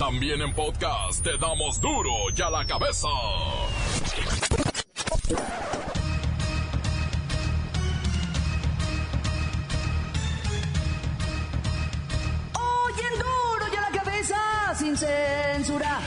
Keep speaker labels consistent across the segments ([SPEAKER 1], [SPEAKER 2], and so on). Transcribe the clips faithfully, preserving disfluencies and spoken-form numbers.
[SPEAKER 1] También en podcast te damos duro y a la cabeza.
[SPEAKER 2] Hoy en duro y a la cabeza, sin censura.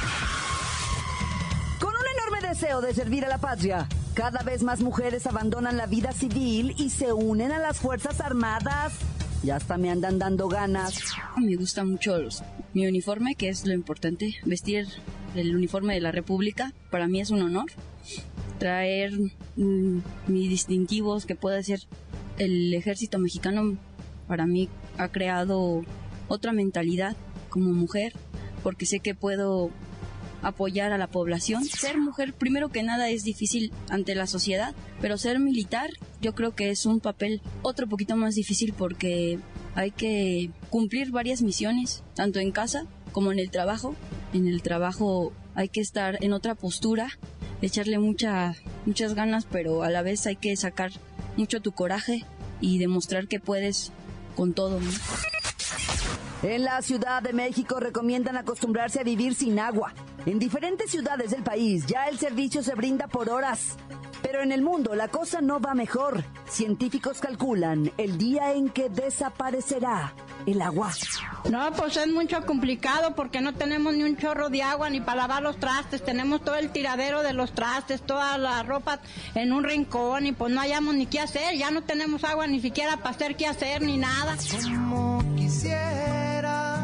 [SPEAKER 2] Con un enorme deseo de servir a la patria, cada vez más mujeres abandonan la vida civil y se unen a las Fuerzas Armadas. Ya hasta me andan dando ganas.
[SPEAKER 3] Me gusta mucho los, mi uniforme, que es lo importante. Vestir el uniforme de la República, para mí es un honor. Traer mmm, mis distintivos que puede ser el ejército mexicano, para mí ha creado otra mentalidad como mujer, porque sé que puedo apoyar a la población. Ser mujer, primero que nada, es difícil ante la sociedad, pero ser militar yo creo que es un papel otro poquito más difícil, porque hay que cumplir varias misiones, tanto en casa como en el trabajo. En el trabajo hay que estar en otra postura, echarle mucha, muchas ganas, pero a la vez hay que sacar mucho tu coraje y demostrar que puedes con todo, ¿no?
[SPEAKER 2] En la Ciudad de México recomiendan acostumbrarse a vivir sin agua. En diferentes ciudades del país ya el servicio se brinda por horas. Pero en el mundo la cosa no va mejor. Científicos calculan el día en que desaparecerá el agua.
[SPEAKER 4] No, pues es mucho complicado porque no tenemos ni un chorro de agua ni para lavar los trastes. Tenemos todo el tiradero de los trastes, toda la ropa en un rincón y pues no hayamos ni qué hacer. Ya no tenemos agua ni siquiera para hacer qué hacer ni nada.
[SPEAKER 5] Como quisiera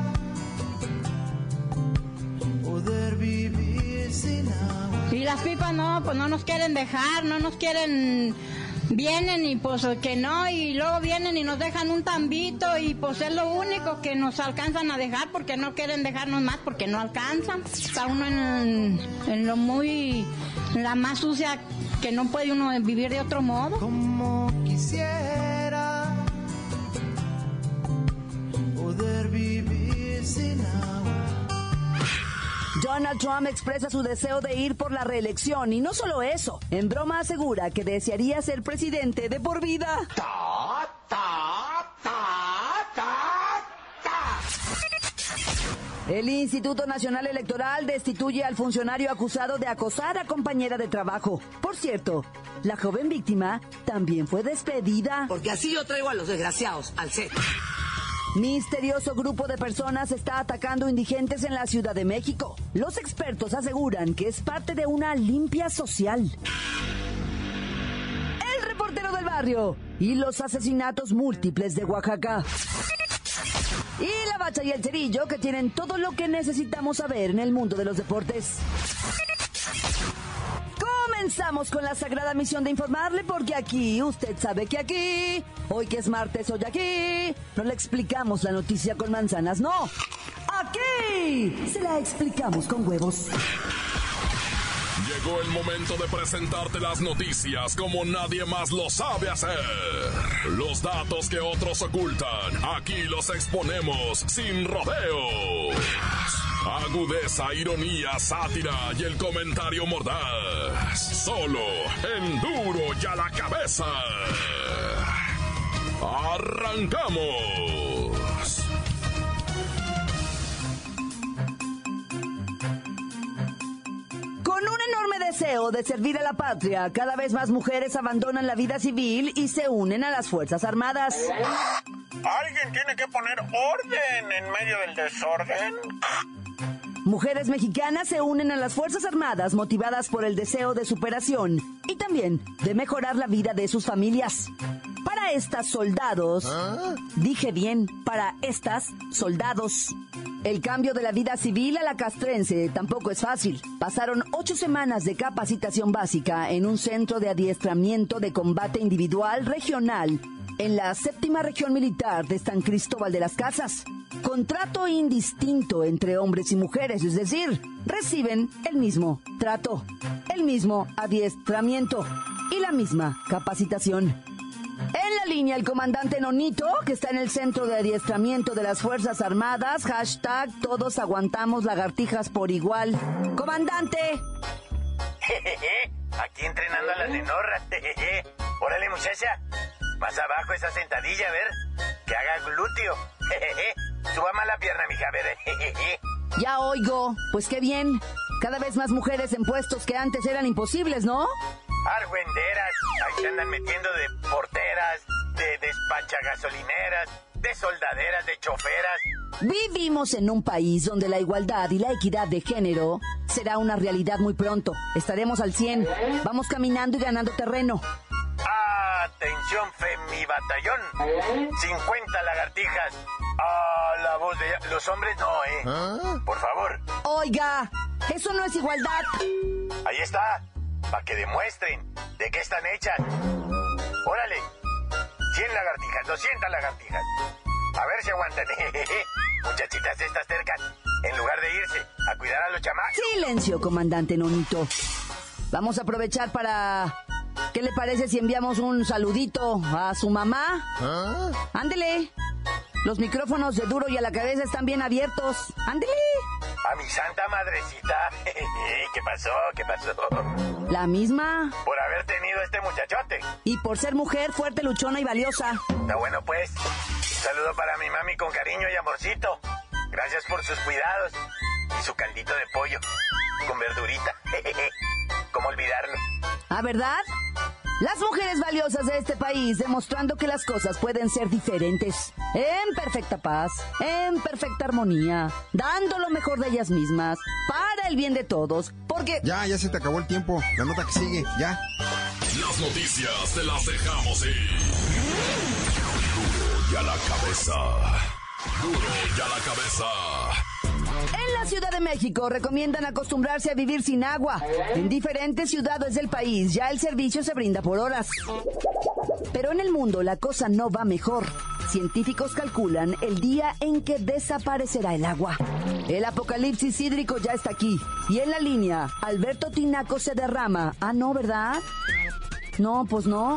[SPEAKER 5] poder vivir sin agua.
[SPEAKER 4] Y las pipas no, pues no nos quieren dejar, no nos quieren... Vienen y pues que no, y luego vienen y nos dejan un tambito y pues es lo único que nos alcanzan a dejar, porque no quieren dejarnos más, porque no alcanzan. Está uno en, en lo muy, en la más sucia, que no puede uno vivir de otro modo.
[SPEAKER 5] Como quisiera poder vivir sin agua.
[SPEAKER 2] Donald Trump expresa su deseo de ir por la reelección y no solo eso, en broma asegura que desearía ser presidente de por vida.
[SPEAKER 6] Ta, ta, ta, ta, ta.
[SPEAKER 2] El Instituto Nacional Electoral destituye al funcionario acusado de acosar a compañera de trabajo. Por cierto, la joven víctima también fue despedida.
[SPEAKER 7] Porque así yo traigo a los desgraciados al set.
[SPEAKER 2] Misterioso grupo de personas está atacando indigentes en la Ciudad de México. Los expertos aseguran que es parte de una limpia social. El reportero del barrio y los asesinatos múltiples de Oaxaca. Y la Bacha y el Cerillo, que tienen todo lo que necesitamos saber en el mundo de los deportes. Comenzamos con la sagrada misión de informarle, porque aquí, usted sabe que aquí, hoy que es martes, hoy aquí, no le explicamos la noticia con manzanas, no. Aquí se la explicamos con huevos.
[SPEAKER 1] Llegó el momento de presentarte las noticias como nadie más lo sabe hacer. Los datos que otros ocultan, aquí los exponemos sin rodeos. Agudeza, ironía, sátira y el comentario mordaz. Solo en Duro y a la Cabeza. ¡Arrancamos!
[SPEAKER 2] Con un enorme deseo de servir a la patria, cada vez más mujeres abandonan la vida civil y se unen a las Fuerzas Armadas.
[SPEAKER 8] Alguien tiene que poner orden en medio del desorden.
[SPEAKER 2] Mujeres mexicanas se unen a las Fuerzas Armadas motivadas por el deseo de superación y también de mejorar la vida de sus familias. Para estas soldados, ¿Ah? dije bien, para estas soldados, el cambio de la vida civil a la castrense tampoco es fácil. Pasaron ocho semanas de capacitación básica en un centro de adiestramiento de combate individual regional en la séptima región militar de San Cristóbal de las Casas. Contrato indistinto entre hombres y mujeres, es decir, reciben el mismo trato, el mismo adiestramiento y la misma capacitación. En la línea, el comandante Nonito, que está en el centro de adiestramiento de las Fuerzas Armadas, hashtag todos aguantamos lagartijas por igual. ¡Comandante!
[SPEAKER 8] Aquí entrenando a las nenorras. Órale, muchacha. Más abajo esa sentadilla, a ver. Que haga glúteo. Suba más la pierna, mija, a ver.
[SPEAKER 2] Ya oigo, pues qué bien. Cada vez más mujeres en puestos que antes eran imposibles, ¿no?
[SPEAKER 8] Argüenderas, ahí se andan metiendo de porteras, de despachagasolinadas, de soldaderas, de choferas.
[SPEAKER 2] Vivimos en un país donde la igualdad y la equidad de género será una realidad muy pronto. Estaremos al cien. Vamos caminando y ganando terreno.
[SPEAKER 8] Atención, Femi Batallón. cincuenta lagartijas. A la voz de... Los hombres no, ¿eh? ¿Ah? Por favor.
[SPEAKER 2] Oiga, eso no es igualdad.
[SPEAKER 8] Ahí está. Para que demuestren de qué están hechas. Órale. cien lagartijas, doscientas lagartijas. A ver si aguantan. Muchachitas estas tercas, en lugar de irse a cuidar a los chamacos.
[SPEAKER 2] Silencio, comandante Nonito. Vamos a aprovechar para... ¿Qué le parece si enviamos un saludito a su mamá? ¿Ah? Ándele. Los micrófonos de Duro y a la Cabeza están bien abiertos. Ándele.
[SPEAKER 8] A mi santa madrecita. ¿Qué pasó? ¿Qué pasó?
[SPEAKER 2] La misma.
[SPEAKER 8] Por haber tenido este muchachote.
[SPEAKER 2] Y por ser mujer fuerte, luchona y valiosa.
[SPEAKER 8] Está bueno, pues. Un saludo para mi mami con cariño y amorcito. Gracias por sus cuidados. Y su caldito de pollo. Con verdurita. ¿Cómo olvidarlo?
[SPEAKER 2] ¿Ah, verdad? Las mujeres valiosas de este país demostrando que las cosas pueden ser diferentes, en perfecta paz, en perfecta armonía, dando lo mejor de ellas mismas, para el bien de todos, porque...
[SPEAKER 9] Ya, ya se te acabó el tiempo, la nota que sigue, ya.
[SPEAKER 1] Las noticias te las dejamos ir. Duro y a la Cabeza. Duro y a la Cabeza.
[SPEAKER 2] En la Ciudad de México recomiendan acostumbrarse a vivir sin agua. En diferentes ciudades del país ya el servicio se brinda por horas. Pero en el mundo la cosa no va mejor. Científicos calculan el día en que desaparecerá el agua. El apocalipsis hídrico ya está aquí. Y en la línea, Alberto Tinaco se derrama. Ah, no, ¿verdad? No, pues no.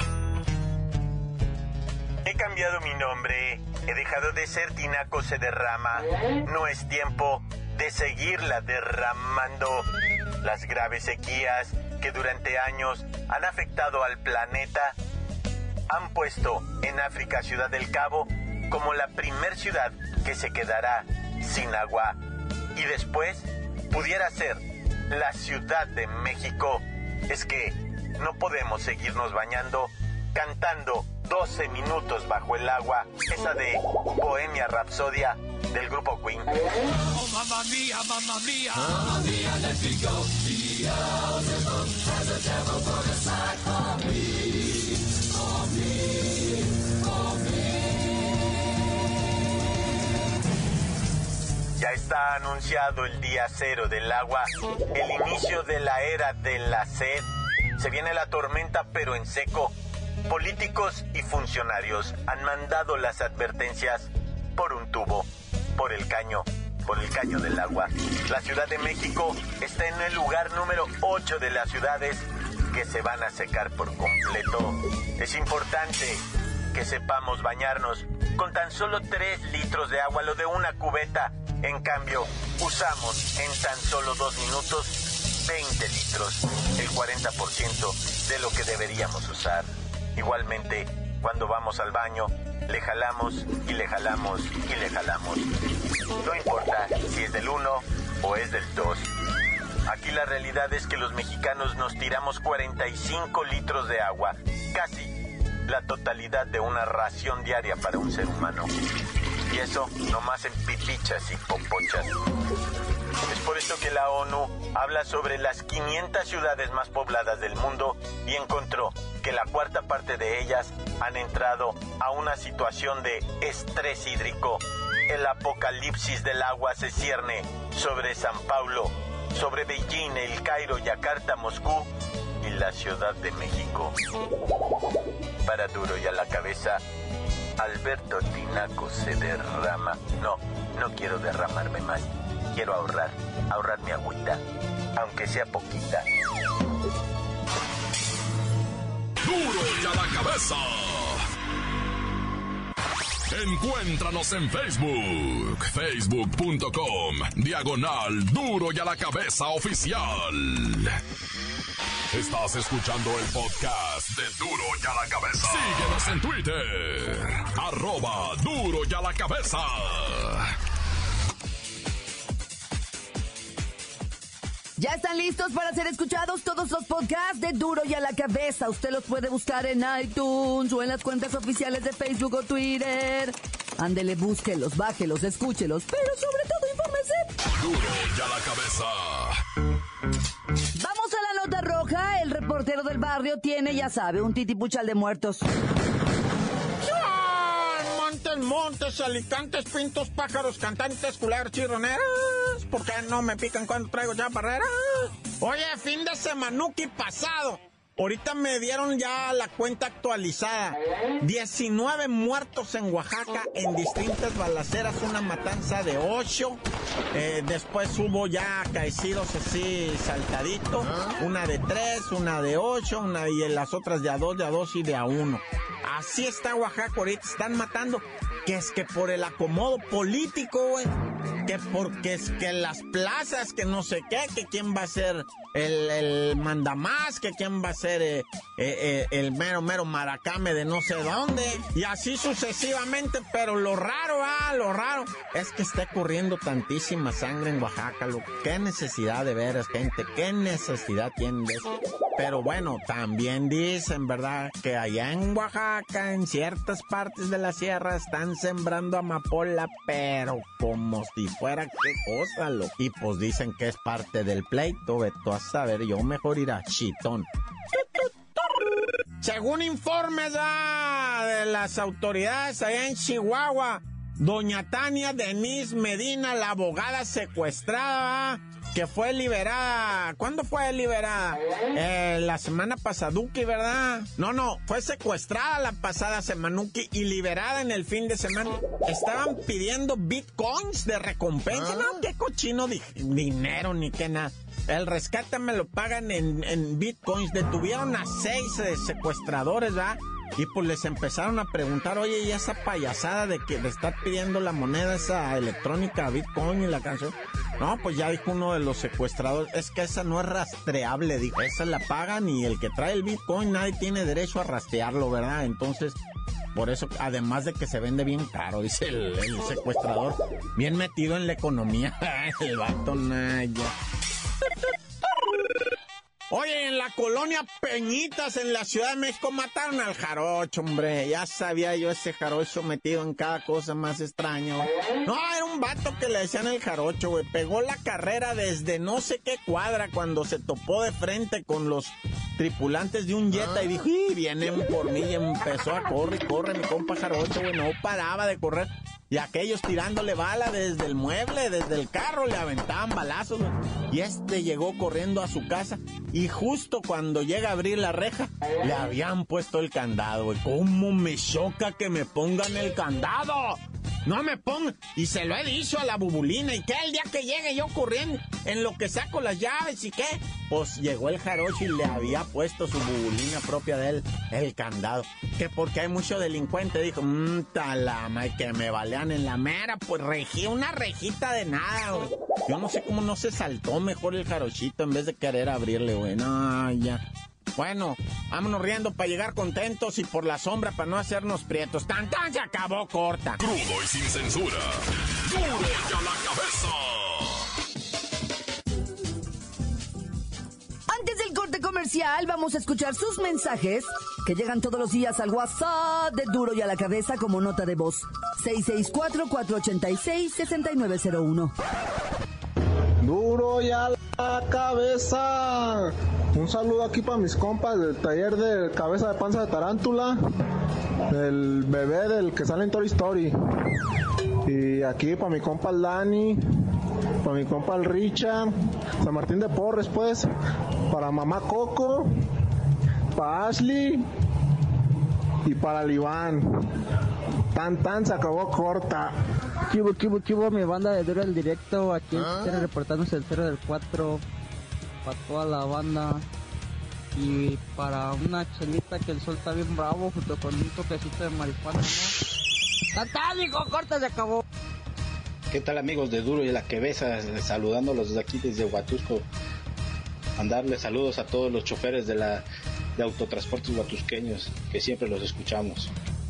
[SPEAKER 8] He cambiado mi nombre. He dejado de ser Tinaco se derrama. No es tiempo de seguirla derramando. Las graves sequías que durante años han afectado al planeta han puesto en África Ciudad del Cabo como la primer ciudad que se quedará sin agua. Y después pudiera ser la Ciudad de México. Es que no podemos seguirnos bañando cantando doce minutos bajo el agua, esa de Bohemia Rapsodia del grupo Queen. Oh, mamma mía, mamma mía. Mamma mía, let me go. The devil has a devil put aside for me, for me, for me. Ya está anunciado el día cero del agua, el inicio de la era de la sed. Se viene la tormenta, pero en seco. Políticos y funcionarios han mandado las advertencias por un tubo, por el caño, por el caño del agua. La Ciudad de México está en el lugar número ocho de las ciudades que se van a secar por completo. Es importante que sepamos bañarnos con tan solo tres litros de agua, lo de una cubeta. En cambio, usamos en tan solo dos minutos veinte litros, el cuarenta por ciento de lo que deberíamos usar. Igualmente, cuando vamos al baño, le jalamos y le jalamos y le jalamos. No importa si es del uno o es del dos. Aquí la realidad es que los mexicanos nos tiramos cuarenta y cinco litros de agua, casi la totalidad de una ración diaria para un ser humano. Y eso nomás en pipichas y popochas. Es por esto que la ONU habla sobre las quinientas ciudades más pobladas del mundo y encontró que la cuarta parte de ellas han entrado a una situación de estrés hídrico. El apocalipsis del agua se cierne sobre San Paulo, sobre Beijing, El Cairo, Yakarta, Moscú y la Ciudad de México. Para Duro y a la Cabeza, Alberto Tinaco se derrama. No, no quiero derramarme más. Quiero ahorrar, ahorrar mi agüita, aunque sea poquita.
[SPEAKER 1] Duro y a la Cabeza. Encuéntranos en Facebook, facebook punto com, diagonal Duro y a la Cabeza Oficial. Estás escuchando el podcast de Duro y a la Cabeza. Síguenos en Twitter, arroba Duro y a la Cabeza.
[SPEAKER 2] Ya están listos para ser escuchados todos los podcasts de Duro y a la Cabeza. Usted los puede buscar en iTunes o en las cuentas oficiales de Facebook o Twitter. Ándele, búsquelos, bájelos, escúchelos, pero sobre todo infórmese.
[SPEAKER 1] Duro y a la Cabeza.
[SPEAKER 2] Vamos a la nota roja. El reportero del barrio tiene, ya sabe, un titipuchal de muertos.
[SPEAKER 10] Montes, montes, alicantes, pintos, pájaros, cantantes, culebras, chirroneras. ¿Por qué no me pican cuando traigo ya barreras? Oye, fin de semanuki pasado. Ahorita me dieron ya la cuenta actualizada. diecinueve muertos en Oaxaca en distintas balaceras, una matanza de ocho. Eh, después hubo ya acaecidos así saltaditos. Una de tres, una de ocho, una y las otras de a dos, de a dos y de a uno. Así está Oaxaca ahorita, están matando. Que es que por el acomodo político, güey. Que porque es que las plazas, que no sé qué, que quién va a ser el, el mandamás, que quién va a ser eh, eh, eh, el mero, mero maracame de no sé dónde. Y así sucesivamente, pero lo raro, ah, lo raro, es que está corriendo tantísima sangre en Oaxaca. Lo, qué necesidad de veras, gente, qué necesidad tienen de eso. Pero bueno, también dicen, ¿verdad?, que allá en Oaxaca, en ciertas partes de la sierra, están sembrando amapola, pero como si fuera qué cosa, lo. Y pues dicen que es parte del pleito, veto a saber, yo mejor ir a chitón. Según informes ah, de las autoridades allá en Chihuahua, doña Tania Denise Medina, la abogada secuestrada, ah, que fue liberada. ¿Cuándo fue liberada? Eh, la semana pasaduki, ¿verdad? No, no, fue secuestrada la pasada semanuki y liberada en el fin de semana. Estaban pidiendo bitcoins de recompensa. Ah. No, qué cochino di- dinero ni qué nada. El rescate me lo pagan en, en bitcoins. Detuvieron a seis eh, secuestradores, ¿verdad? Y pues les empezaron a preguntar, oye, ¿y esa payasada de que le está pidiendo la moneda esa electrónica, Bitcoin y la canción? No, pues ya dijo uno de los secuestradores, es que esa no es rastreable, dijo, esa la pagan y el que trae el Bitcoin nadie tiene derecho a rastrearlo, ¿verdad? Entonces, por eso, además de que se vende bien caro, dice el, el secuestrador, bien metido en la economía, el vato Naya. Oye, en la colonia Peñitas, en la Ciudad de México, mataron al jarocho, hombre. Ya sabía yo ese jarocho metido en cada cosa más extraña, güey. No, era un vato que le decían el jarocho, güey. Pegó la carrera desde no sé qué cuadra cuando se topó de frente con los tripulantes de un Jetta y dijo, ¡y vienen por mí! Y empezó a correr, corre, mi compa jarocho, güey. No paraba de correr. Y aquellos tirándole bala desde el mueble, desde el carro, le aventaban balazos, güey. Y este llegó corriendo a su casa y justo cuando llega a abrir la reja, le habían puesto el candado, güey. ¿Cómo me choca que me pongan el candado? No me pongan. Y se lo he dicho a la bubulina. ¿Y qué? El día que llegue yo corriendo, en lo que saco las llaves y qué. Pues llegó el jarocho y le había puesto su bubulina propia de él, el candado. Que porque hay mucho delincuente, dijo, mmm, talama, y que me balean en la mera. Pues regí una rejita de nada, güey. Yo no sé cómo no se saltó mejor el jarochito en vez de querer abrirle, güey. No, ya. Bueno, vámonos riendo para llegar contentos y por la sombra para no hacernos prietos. ¡Tan, tan! Se acabó corta.
[SPEAKER 1] Crudo y sin censura. ¡Duro y a la cabeza!
[SPEAKER 2] Antes del corte comercial, vamos a escuchar sus mensajes que llegan todos los días al WhatsApp de Duro y a la Cabeza como nota de voz. seis seis cuatro, cuatro ocho seis, seis nueve cero uno.
[SPEAKER 11] Duro y a la Cabeza. Un saludo aquí para mis compas del taller de cabeza de panza de tarántula, del bebé del que sale en Toy Story. Y aquí para mi compa el Dani, para mi compa el Richard, San Martín de Porres, pues, para mamá Coco, para Ashley y para el Iván. Tan tan se acabó corta.
[SPEAKER 12] Chivo, chivo, chivo, mi banda de Duro al Directo, aquí ¿Ah? Están reportándose el cero del cuatro, para toda la banda, y para una chelita que el sol está bien bravo, junto con un toquecito de marihuana, ¿no? ¡Tatálico, corta, se acabó!
[SPEAKER 13] ¿Qué tal, amigos de Duro y la Cabeza? Saludándolos desde aquí, desde Huatusco. Mandarles saludos a todos los choferes de la de autotransportes huatusqueños, que siempre los escuchamos.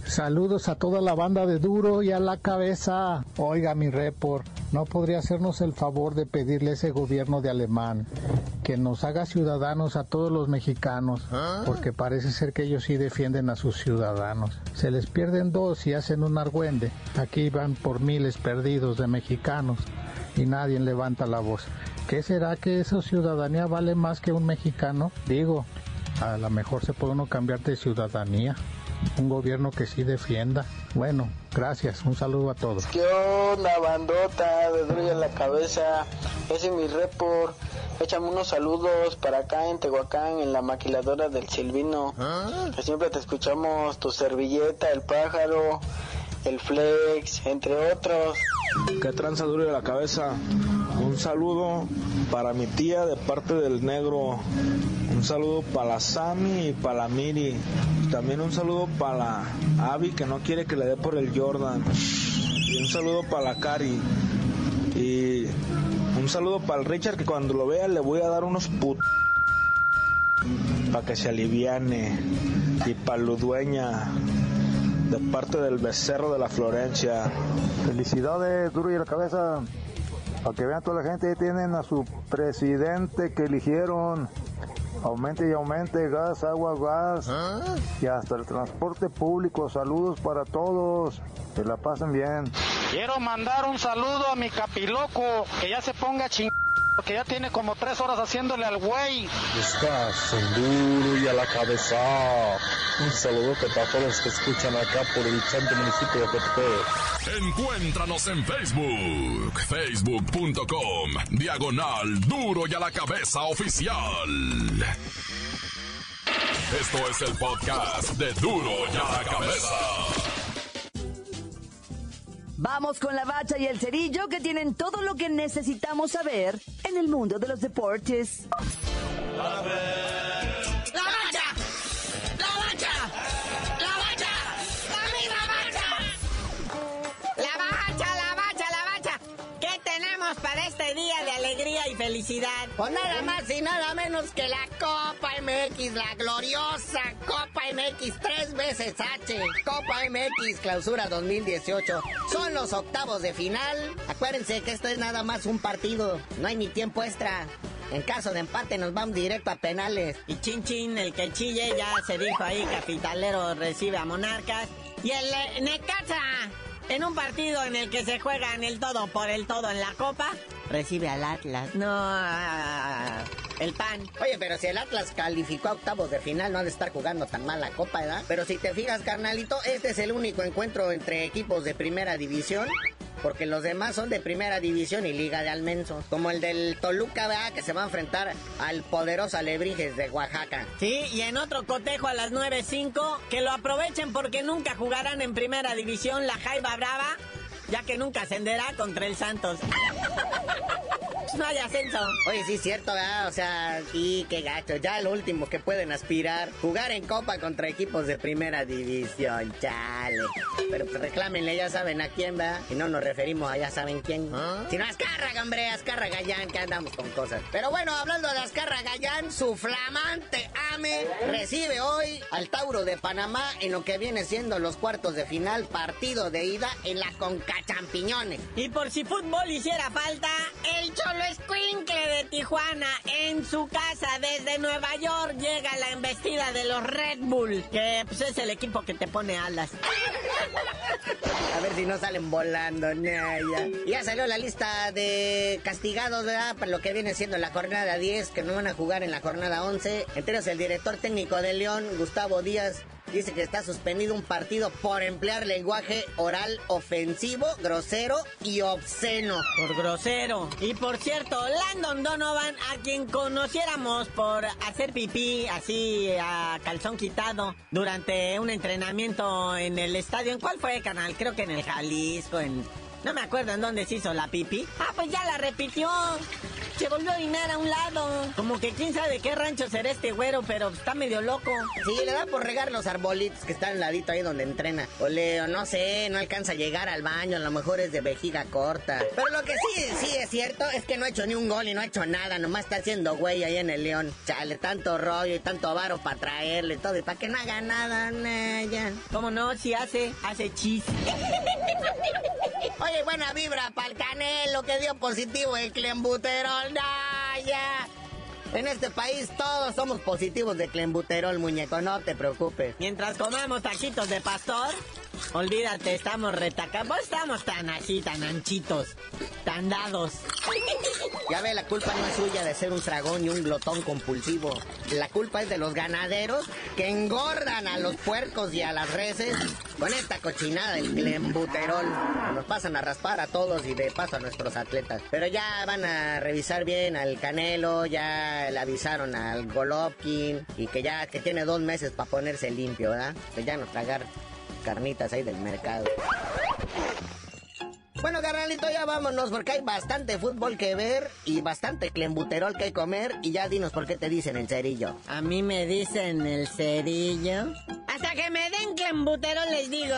[SPEAKER 14] Saludos a toda la banda de Duro y a la Cabeza. Oiga, mi report, ¿no podría hacernos el favor de pedirle a ese gobierno de Alemán que nos haga ciudadanos a todos los mexicanos? Porque parece ser que ellos sí defienden a sus ciudadanos. Se les pierden dos y hacen un argüende. Aquí van por miles perdidos de mexicanos y nadie levanta la voz. ¿Qué será que esa ciudadanía vale más que un mexicano? Digo, a lo mejor se puede uno cambiar de ciudadanía. Un gobierno que sí defienda. Bueno, gracias, un saludo a todos.
[SPEAKER 15] ¿Qué onda, bandota? De Duro y a la Cabeza. Ese es mi report. Échame unos saludos para acá en Tehuacán, en la maquiladora del Silvino. ¿Ah? Que siempre te escuchamos, tu servilleta, el pájaro, el flex, entre otros.
[SPEAKER 16] ¿Qué tranza, Duro y a la Cabeza? Un saludo para mi tía de parte del negro. Un saludo para la Sami y para la Miri. También un saludo para la Abby, que no quiere que le dé por el Jordan. Y un saludo para la Cari. Y un saludo para el Richard, que cuando lo vea le voy a dar unos put... para que se aliviane. Y para Ludueña, de parte del becerro de la Florencia.
[SPEAKER 17] Felicidades, Duro y a la Cabeza. Para que vean toda la gente, tienen a su presidente que eligieron. Aumente y aumente, gas, agua, gas, ¿ah? Y hasta el transporte público. Saludos para todos, que la pasen bien.
[SPEAKER 18] Quiero mandar un saludo a mi capiloco, que ya se ponga ching... porque ya tiene como tres horas haciéndole al güey.
[SPEAKER 19] Estás en Duro y a la Cabeza. Un saludo para todos los que escuchan acá por el santo municipio de Cotepec.
[SPEAKER 1] Encuéntranos en Facebook, facebook punto com, diagonal Duro y a la Cabeza Oficial. Esto es el podcast de Duro y a la Cabeza.
[SPEAKER 2] Vamos con la Bacha y el Cerillo, que tienen todo lo que necesitamos saber en el mundo de los deportes.
[SPEAKER 6] ¡La Bacha! ¡La Bacha! ¡La Bacha! ¡La misma Bacha! ¡La Bacha, la Bacha, la Bacha! ¿Qué tenemos para este día de alegría y felicidad? Pues nada más y nada menos que la Copa M X, la gloriosa Copa M X, tres veces H. Copa M X Clausura dos mil dieciocho. Son los octavos de final. Acuérdense que esto es nada más un partido. No hay ni tiempo extra. En caso de empate nos vamos directo a penales. Y chin chin, el que chille, ya se dijo ahí, Capitalero recibe a Monarcas. Y el eh, Necaxa, en un partido en el que se juegan el todo por el todo en la Copa, recibe al Atlas. No, el P A N. Oye, pero si el Atlas calificó a octavos de final, no ha de estar jugando tan mal la Copa, ¿verdad? Pero si te fijas, carnalito, este es el único encuentro entre equipos de primera división, porque los demás son de primera división y liga de almensos, como el del Toluca, ¿verdad? Que se va a enfrentar al poderoso Alebrijes de Oaxaca. Sí, y en otro cotejo a las nueve cinco, que lo aprovechen porque nunca jugarán en primera división la Jaiba Brava, ya que nunca ascenderá contra el Santos. No hay ascenso. Oye, sí es cierto, ¿verdad? O sea, sí, qué gacho. Ya lo último que pueden aspirar, jugar en Copa contra equipos de primera división, chale. Pero pues reclámenle, ya saben a quién, ¿verdad? Y no nos referimos a ya saben quién. ¿Ah? Si no, Azcárraga, hombre, Azcárraga Gallán, que andamos con cosas. Pero bueno, hablando de Azcárraga Gallán, su flamante AME recibe hoy al Tauro de Panamá en lo que viene siendo los cuartos de final, partido de ida en la Concachampiñones. Y por si fútbol hiciera falta, el Cholo Escuincle de Tijuana en su casa desde Nueva York llega la embestida de los Red Bull, que pues es el equipo que te pone alas. A ver si no salen volando, nah, ya. Ya salió la lista de castigados, ¿verdad? Para lo que viene siendo la jornada diez, que no van a jugar en la jornada once. Entonces el director técnico de León, Gustavo Díaz, dice que está suspendido un partido por emplear lenguaje oral ofensivo, grosero y obsceno. Por grosero. Y por cierto, Landon Donovan, a quien conociéramos por hacer pipí así a calzón quitado durante un entrenamiento en el estadio. ¿En cuál fue, canal? Creo que en el Jalisco, en... No me acuerdo en dónde se hizo la pipí. Ah, pues ya la repitió. Se volvió a orinar a un lado. Como que quién sabe qué rancho será este güero, pero está medio loco.
[SPEAKER 20] Sí, le da por regar los arbolitos que están al ladito ahí donde entrena. O le, no sé, no alcanza a llegar al baño, a lo mejor es de vejiga corta. Pero lo que sí, sí es cierto es que no ha hecho ni un gol y no ha hecho nada, nomás está haciendo güey ahí en el León. Chale, tanto rollo y tanto varo para traerle todo y para que no haga nada, nah, ya.
[SPEAKER 6] ¿Cómo no? Si hace, hace chis.
[SPEAKER 20] Oye, buena vibra para el Canelo que dio positivo el clenbuterol, nah, ya. En este país todos somos positivos de clenbuterol, muñeco, no te preocupes.
[SPEAKER 6] Mientras comamos taquitos de pastor, olvídate, estamos retacados. Estamos tan así, tan anchitos, tan dados.
[SPEAKER 20] Ya ve, la culpa no es suya de ser un tragón y un glotón compulsivo. La culpa es de los ganaderos que engordan a los puercos y a las reses con esta cochinada del clenbuterol. Nos pasan a raspar a todos y de paso a nuestros atletas. Pero ya van a revisar bien al Canelo, ya le avisaron al Golovkin y que ya que tiene dos meses para ponerse limpio, ¿verdad? Que ya no tragar carnitas ahí del mercado. Bueno, carnalito, ya vámonos porque hay bastante fútbol que ver y bastante clenbuterol que comer. Y ya dinos por qué te dicen el cerillo.
[SPEAKER 6] A mí me dicen el cerillo. Hasta que me den clenbuterol les digo.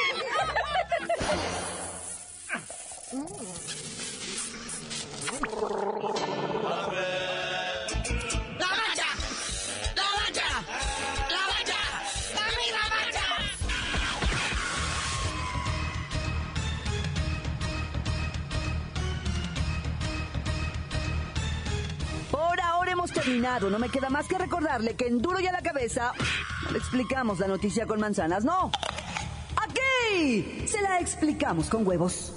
[SPEAKER 2] Terminado, no me queda más que recordarle que en Duro y a la Cabeza no le explicamos la noticia con manzanas, no. Aquí se la explicamos con huevos.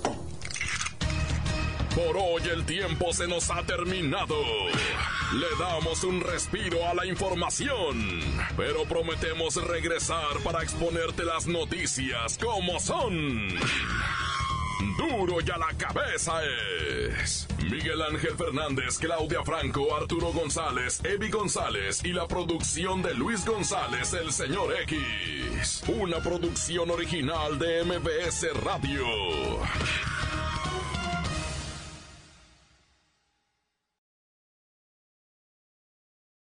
[SPEAKER 1] Por hoy el tiempo se nos ha terminado. Le damos un respiro a la información, pero prometemos regresar para exponerte las noticias como son. Duro y a la Cabeza es Miguel Ángel Fernández, Claudia Franco, Arturo González, Evi González y la producción de Luis González, el señor X. Una producción original de M B S Radio.